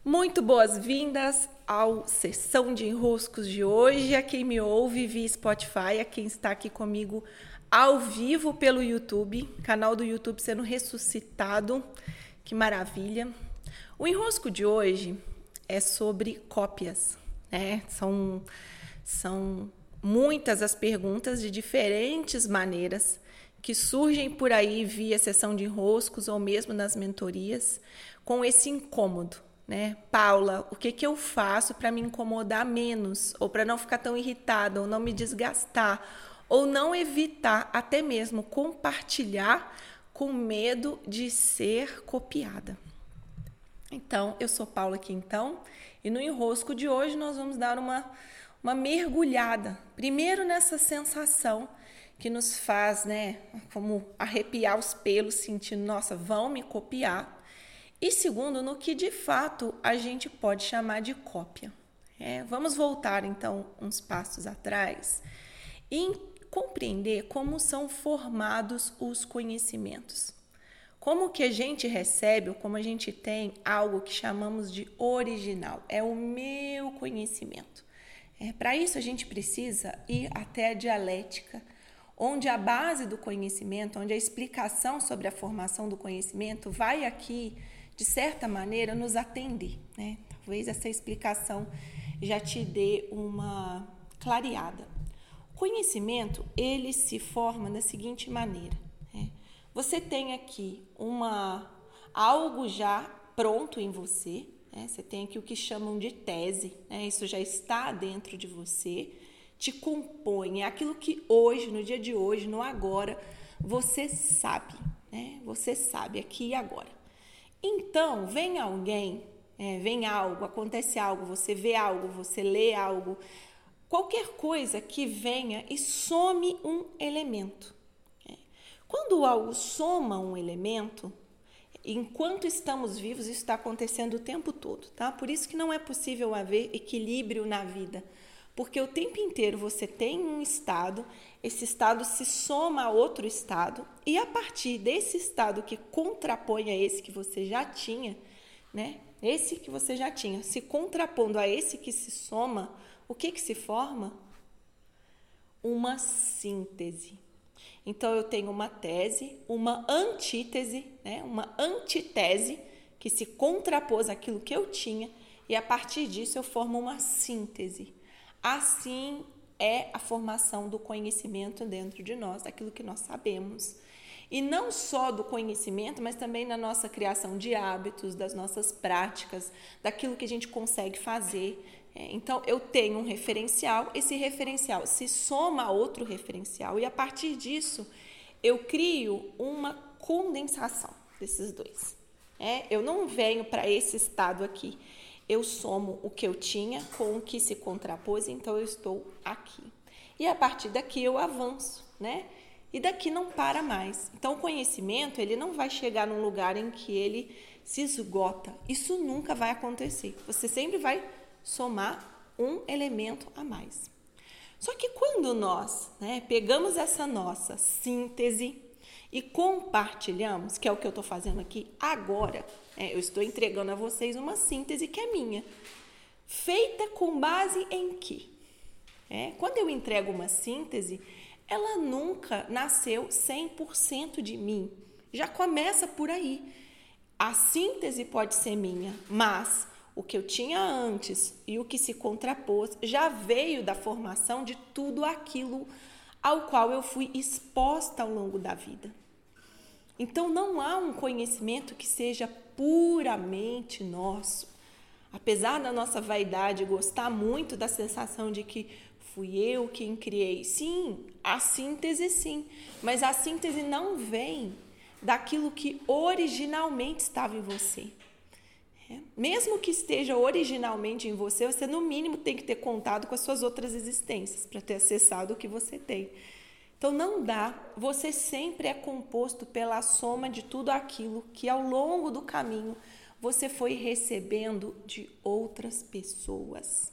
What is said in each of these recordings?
Muito boas-vindas ao Sessão de Enroscos de hoje. A quem me ouve via Spotify, a quem está aqui comigo ao vivo pelo YouTube, canal do YouTube sendo ressuscitado. Que maravilha! O enrosco de hoje é sobre cópias, né? São muitas as perguntas de diferentes maneiras que surgem por aí via sessão de enroscos ou mesmo nas mentorias com esse incômodo. Né? Paula, o que eu faço para me incomodar menos, ou para não ficar tão irritada, ou não me desgastar, ou não evitar até mesmo compartilhar com medo de ser copiada? Então, eu sou Paula aqui e no enrosco de hoje nós vamos dar uma mergulhada, primeiro nessa sensação que nos faz, né, como arrepiar os pelos, sentindo, nossa, vão me copiar. E segundo, no que de fato a gente pode chamar de cópia. Vamos voltar então uns passos atrás e compreender como são formados os conhecimentos. Como que a gente recebe ou como a gente tem algo que chamamos de original. É o meu conhecimento. Para isso a gente precisa ir até a dialética, onde a base do conhecimento, onde a explicação sobre a formação do conhecimento vai aqui, de certa maneira, nos atender, né? Talvez essa explicação já te dê uma clareada. O conhecimento, ele se forma da seguinte maneira, né? Você tem aqui algo já pronto em você, né? Você tem aqui o que chamam de tese, né? Isso já está dentro de você, te compõe, é aquilo que hoje, no dia de hoje, no agora, você sabe, né? Você sabe aqui e agora. Então, vem alguém, vem algo, acontece algo, você vê algo, você lê algo, qualquer coisa que venha e some um elemento. Quando algo soma um elemento, enquanto estamos vivos, isso está acontecendo o tempo todo, tá? Por isso que não é possível haver equilíbrio na vida, porque o tempo inteiro você tem um estado, esse estado se soma a outro estado e a partir desse estado que contrapõe a esse que você já tinha, né? Esse que você já tinha, se contrapondo a esse que se soma, o que se forma? Uma síntese. Então, eu tenho uma tese, uma antítese, né? Uma antitese que se contrapôs àquilo que eu tinha e a partir disso eu formo uma síntese. Assim é a formação do conhecimento dentro de nós, daquilo que nós sabemos. E não só do conhecimento, mas também na nossa criação de hábitos, das nossas práticas, daquilo que a gente consegue fazer. Então, eu tenho um referencial, esse referencial se soma a outro referencial e a partir disso eu crio uma condensação desses dois. Eu não venho para esse estado aqui. Eu somo o que eu tinha com o que se contrapôs, então eu estou aqui. E a partir daqui eu avanço, né? E daqui não para mais. Então o conhecimento, ele não vai chegar num lugar em que ele se esgota. Isso nunca vai acontecer. Você sempre vai somar um elemento a mais. Só que quando nós, né, pegamos essa nossa síntese e compartilhamos, que é o que eu estou fazendo aqui agora, eu estou entregando a vocês uma síntese que é minha, feita com base em quê? Quando eu entrego uma síntese, ela nunca nasceu 100% de mim, já começa por aí. A síntese pode ser minha, mas o que eu tinha antes e o que se contrapôs já veio da formação de tudo aquilo ao qual eu fui exposta ao longo da vida. Então, não há um conhecimento que seja puramente nosso. Apesar da nossa vaidade gostar muito da sensação de que fui eu quem criei. Sim, a síntese sim, mas a síntese não vem daquilo que originalmente estava em você. Mesmo que esteja originalmente em você, você no mínimo tem que ter contado com as suas outras existências para ter acessado o que você tem. Então não dá, você sempre é composto pela soma de tudo aquilo que ao longo do caminho você foi recebendo de outras pessoas.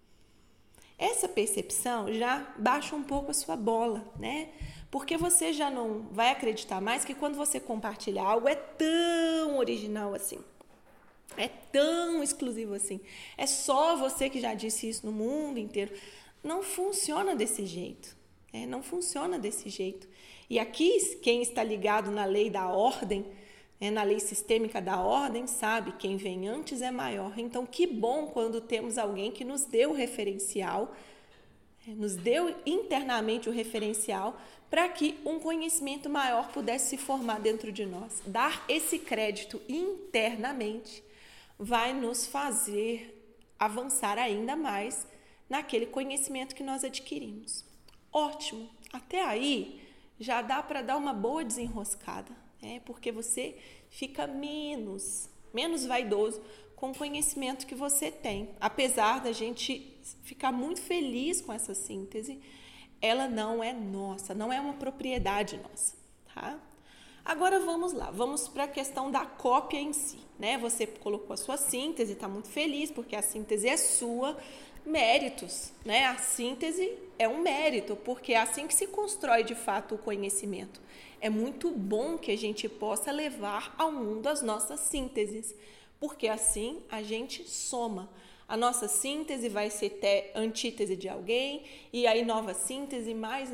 Essa percepção já baixa um pouco a sua bola, né? Porque você já não vai acreditar mais que quando você compartilha algo é tão original assim. É tão exclusivo assim. É só você que já disse isso no mundo inteiro. Não funciona desse jeito. Não funciona desse jeito. E aqui, quem está ligado na lei da ordem, na lei sistêmica da ordem, sabe, quem vem antes é maior. Então, que bom quando temos alguém que nos deu o referencial, nos deu internamente o referencial para que um conhecimento maior pudesse se formar dentro de nós. Dar esse crédito internamente vai nos fazer avançar ainda mais naquele conhecimento que nós adquirimos. Ótimo! Até aí já dá para dar uma boa desenroscada, porque você fica menos vaidoso com o conhecimento que você tem. Apesar da gente ficar muito feliz com essa síntese, ela não é nossa, não é uma propriedade nossa, tá? Agora vamos lá, vamos para a questão da cópia em si, Você colocou a sua síntese, está muito feliz porque a síntese é sua, méritos, A síntese é um mérito, porque é assim que se constrói de fato o conhecimento. É muito bom que a gente possa levar ao mundo as nossas sínteses, porque assim a gente soma. A nossa síntese vai ser antítese de alguém, e aí nova síntese, mais,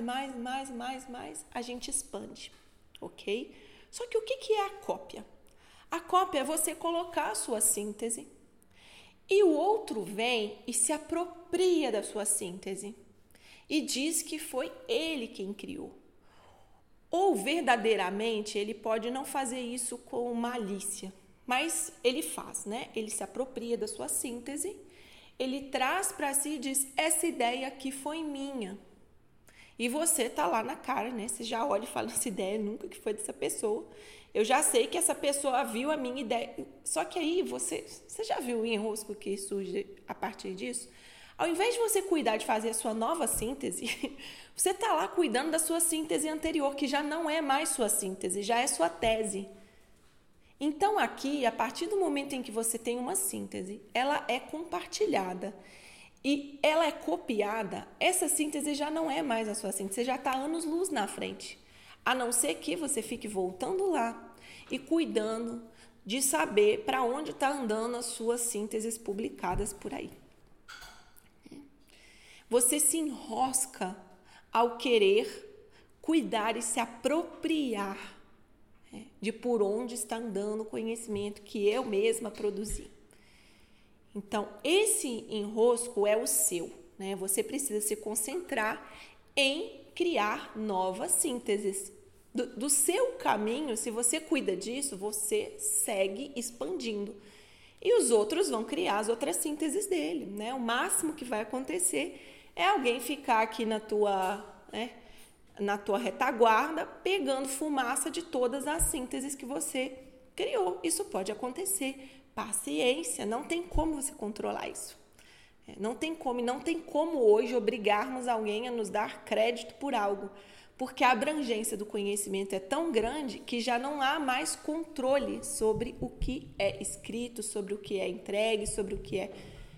a gente expande, ok? Só que o que é a cópia? A cópia é você colocar a sua síntese e o outro vem e se apropria da sua síntese e diz que foi ele quem criou. Ou verdadeiramente ele pode não fazer isso com malícia, mas ele faz, Ele se apropria da sua síntese, ele traz para si e diz, essa ideia aqui foi minha. E você tá lá na cara, Você já olha e fala, essa ideia nunca que foi dessa pessoa. Eu já sei que essa pessoa viu a minha ideia. Só que aí você já viu o enrosco que surge a partir disso? Ao invés de você cuidar de fazer a sua nova síntese, você tá lá cuidando da sua síntese anterior, que já não é mais sua síntese, já é sua tese. Então aqui, a partir do momento em que você tem uma síntese, ela é compartilhada e ela é copiada, essa síntese já não é mais a sua síntese, você já está anos-luz na frente. A não ser que você fique voltando lá e cuidando de saber para onde está andando as suas sínteses publicadas por aí. Você se enrosca ao querer cuidar e se apropriar de por onde está andando o conhecimento que eu mesma produzi. Então, esse enrosco é o seu, Você precisa se concentrar em criar novas sínteses. Do seu caminho, se você cuida disso, você segue expandindo. E os outros vão criar as outras sínteses dele, O máximo que vai acontecer é alguém ficar aqui na tua retaguarda, pegando fumaça de todas as sínteses que você criou. Isso pode acontecer. Paciência, não tem como você controlar isso. Não tem como hoje obrigarmos alguém a nos dar crédito por algo, porque a abrangência do conhecimento é tão grande que já não há mais controle sobre o que é escrito, sobre o que é entregue, sobre o que é...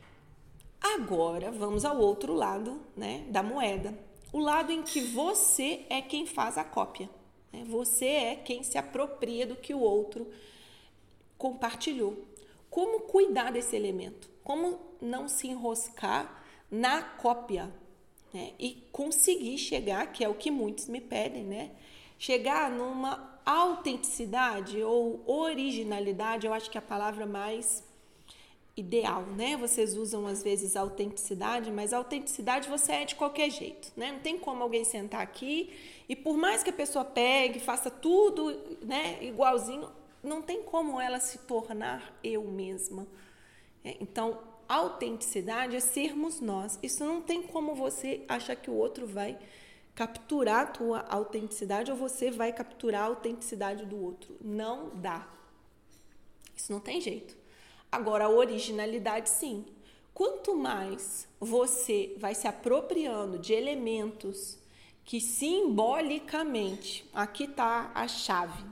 Agora, vamos ao outro lado, da moeda. O lado em que você é quem faz a cópia. Você é quem se apropria do que o outro compartilhou. Como cuidar desse elemento? Como não se enroscar na cópia? E conseguir chegar, que é o que muitos me pedem, chegar numa autenticidade ou originalidade, eu acho que é a palavra mais ideal, Vocês usam às vezes autenticidade, mas autenticidade você é de qualquer jeito, Não tem como alguém sentar aqui e por mais que a pessoa pegue, faça tudo, igualzinho, não tem como ela se tornar eu mesma. Então, autenticidade é sermos nós. Isso não tem como você achar que o outro vai capturar a tua autenticidade ou você vai capturar a autenticidade do outro. Não dá. Isso não tem jeito. Agora, a originalidade, sim. Quanto mais você vai se apropriando de elementos que simbolicamente, aqui está a chave,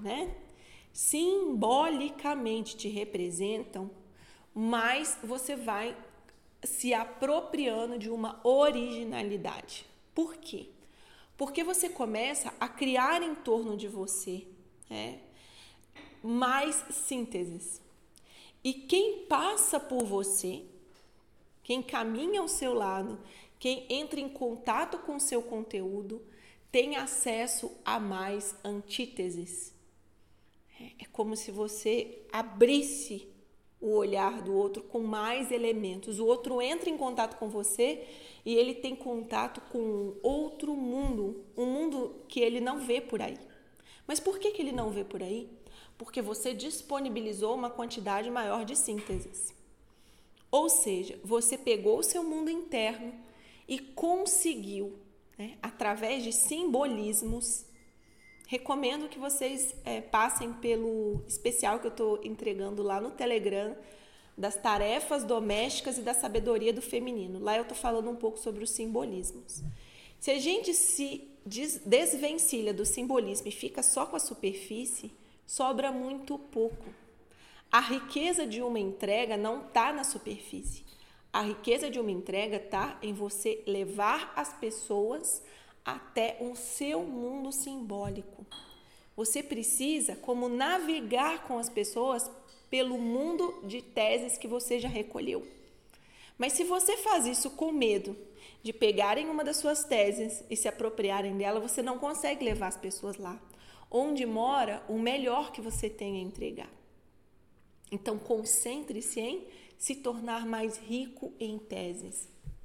simbolicamente te representam, mais você vai se apropriando de uma originalidade. Por quê? Porque você começa a criar em torno de você mais sínteses. E quem passa por você, quem caminha ao seu lado, quem entra em contato com o seu conteúdo, tem acesso a mais antíteses. É como se você abrisse o olhar do outro com mais elementos. O outro entra em contato com você e ele tem contato com outro mundo, um mundo que ele não vê por aí. Mas por que ele não vê por aí? Porque você disponibilizou uma quantidade maior de sínteses. Ou seja, você pegou o seu mundo interno e conseguiu, através de simbolismos. Recomendo que vocês passem pelo especial que eu estou entregando lá no Telegram, das tarefas domésticas e da sabedoria do feminino. Lá eu estou falando um pouco sobre os simbolismos. Se a gente se desvencilha do simbolismo e fica só com a superfície, sobra muito pouco. A riqueza de uma entrega não está na superfície. A riqueza de uma entrega está em você levar as pessoas até o seu mundo simbólico. Você precisa como navegar com as pessoas pelo mundo de teses que você já recolheu. Mas se você faz isso com medo de pegarem uma das suas teses e se apropriarem dela, você não consegue levar as pessoas lá, onde mora o melhor que você tem a entregar. Então, concentre-se em se tornar mais rico em teses.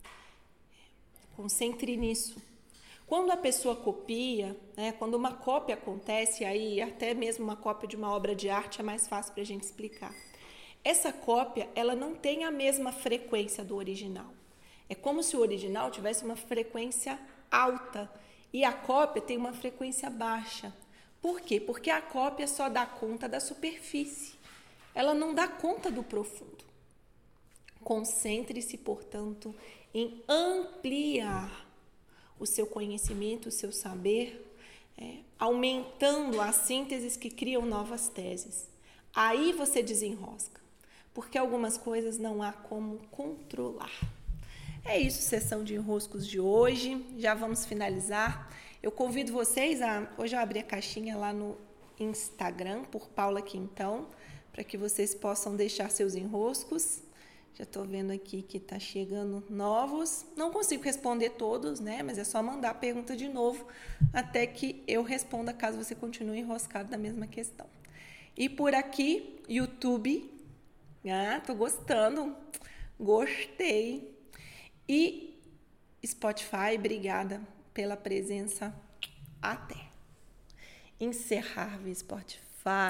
Concentre nisso. Quando a pessoa copia, quando uma cópia acontece, aí até mesmo uma cópia de uma obra de arte é mais fácil para a gente explicar. Essa cópia, ela não tem a mesma frequência do original. É como se o original tivesse uma frequência alta e a cópia tem uma frequência baixa. Por quê? Porque a cópia só dá conta da superfície. Ela não dá conta do profundo. Concentre-se, portanto, em ampliar o seu conhecimento, o seu saber, aumentando as sínteses que criam novas teses. Aí você desenrosca, porque algumas coisas não há como controlar. É isso, sessão de enroscos de hoje. Já vamos finalizar. Eu convido vocês hoje eu abri a caixinha lá no Instagram, por Paula Quintão, para que vocês possam deixar seus enroscos. Já estou vendo aqui que está chegando novos. Não consigo responder todos, mas é só mandar a pergunta de novo até que eu responda, caso você continue enroscado na mesma questão. E por aqui, YouTube. Tô gostando. Gostei. E Spotify, obrigada pela presença. Até. Encerrar, Spotify.